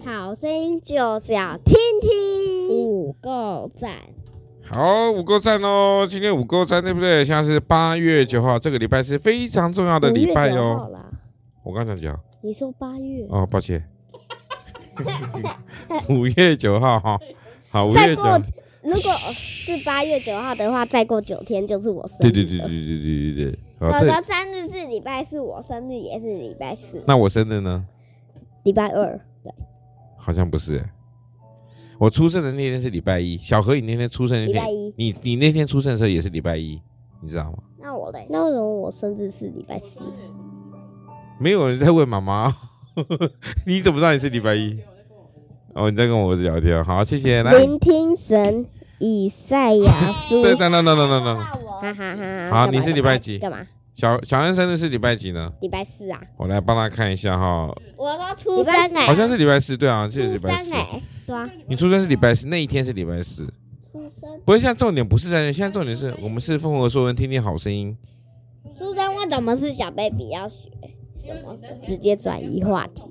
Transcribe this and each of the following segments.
好声音就是要听听五购站。 好，五购站哦，今天五购站对不对？现在是8月9号，这个礼拜是非常重要的礼拜哦。我刚讲几号？ 你说8月？ 哦，抱歉。5月9号哈，好，5月9号。 如果是8月9号的话，再过9天就是我生日。 对。 哥哥生日是礼拜4，我生日也是礼拜4。 那我生日呢？ 礼拜2，对。 好像不是，我出生的那天是礼拜1。小何，你那天出生的那天，你那天出生的时候也是礼拜1，你知道吗？ 那我嘞？那为什么我生日是礼拜4？ 没有人在问妈妈，你怎么知道你是礼拜1？哦，你在跟我儿子聊天，好，谢谢。来， 聆听神以赛亚书。 对，等，好，你是礼拜几？ 干嘛？ 小恩生日是礼拜几呢？ 礼拜4啊。 我来帮他看一下哈。 我都出生哎， 好像是礼拜4，对啊，这是礼拜4。 对啊。 你出生是礼拜4，那一天是礼拜4。 出生。 不是，现在重点不是在那，现在重点是我们是丰禾说文，听听好声音。 出生为什么是小 baby 要学什么？直接转移话题。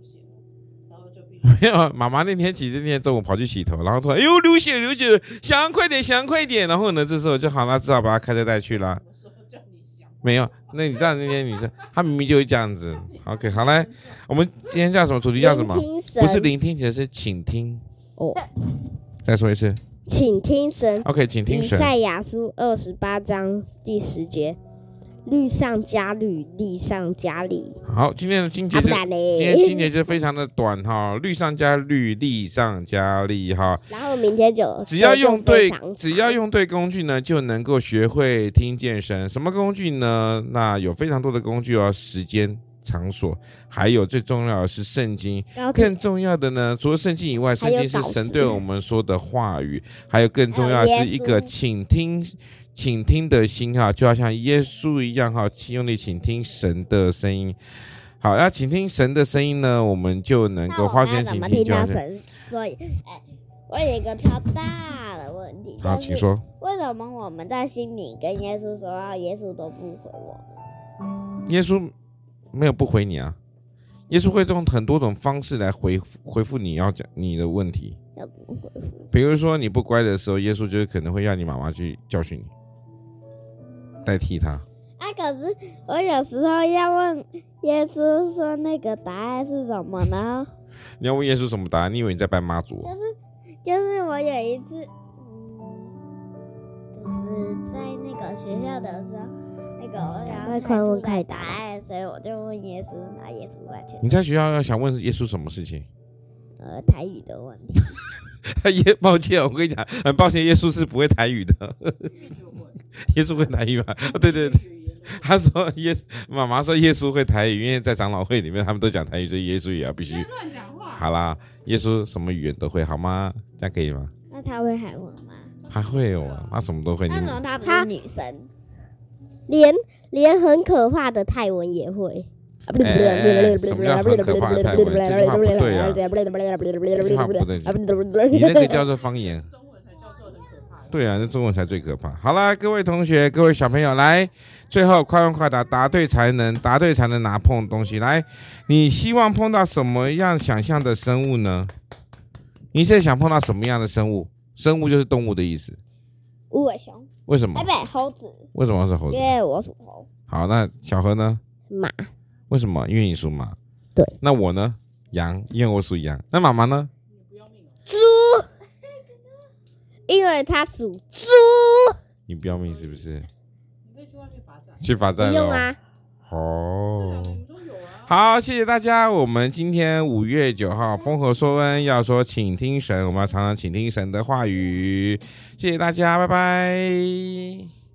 没有，妈妈那天其实那天中午跑去洗头，然后突然流血了，想快点，然后呢，这时候就好了，只好把他开车带去了。没有，那你知道那天女生，她明明就会这样子。OK， 好来，我们今天叫什么主题？叫什么？不是聆听，其实是倾听。哦，再说一次， 请听神。 OK， 请听神。 以赛亚书28章第10节。律上加律，利上加利。 好，今天的经节是，今天经节是非常的短哈，律上加律，利上加利哈。 然后明天就只要用对工具呢，就能够学会听见神。什么工具呢？那有非常多的工具哦，时间、场所，还有最重要的是圣经。更重要的呢，除了圣经以外，圣经是神对我们说的话语，还有更重要的是一个倾听的心哈，就要像耶稣一样哈，用力倾听神的声音。好，要倾听神的声音呢，我们就能够花时间倾听。 所以，我有一个超大的问题。 好，请说。 为什么我们在心里跟耶稣说话，耶稣都不回我们？ 耶稣没有不回你啊，耶稣会用很多种方式来回复你要讲你的问题。 要怎么回复？ 比如说你不乖的时候，耶稣就可能会让你妈妈去教训你。代替他啊！可是我有时候要问耶稣说那个答案是什么呢？ 你要问耶稣什么答案？你以为你在拜妈祖？ 就是我有一次，就是在那个学校的时候，那个我想要猜出来答案，所以我就问耶稣，拿耶稣来劝。 你在学校要想问耶稣什么事情？ 台语的问题。 抱歉，我跟你讲，很抱歉，耶稣是不会台语的。耶稣会台语吗？对，他说妈妈说耶稣会台语，因为在长老会里面他们都讲台语，所以耶稣也要必须乱讲话。好啦，耶稣什么语言都会，好吗？这样可以吗？ 那他会韩文吗？ 他会哦，他什么都会。 那怎么他不是女生？连很可怕的泰文也会。 什么叫很可怕的泰文？这句话不对啊！这句话不对，你那个叫做方言。对啊，那中文才最可怕。好啦，各位同学，各位小朋友，来，最后快问快答，答对才能拿碰东西。来，你希望碰到什么样想象的生物呢？你现在想碰到什么样的生物？生物就是动物的意思。 无尾熊。 为什么？ 猴子。 为什么是猴子？ 因为我属猴。 好，那小何呢？ 马。 为什么？因为你属马。 对。 那我呢？羊，因为我属羊。那妈妈呢？ 猪。因为他属猪。 你不要命是不是？你可以去外面罚站。去罚站了。不用啊。哦。好，谢谢大家。我们今天5月9号，丰禾说恩要说请听神，我们要常常倾听神的话语。谢谢大家，拜拜。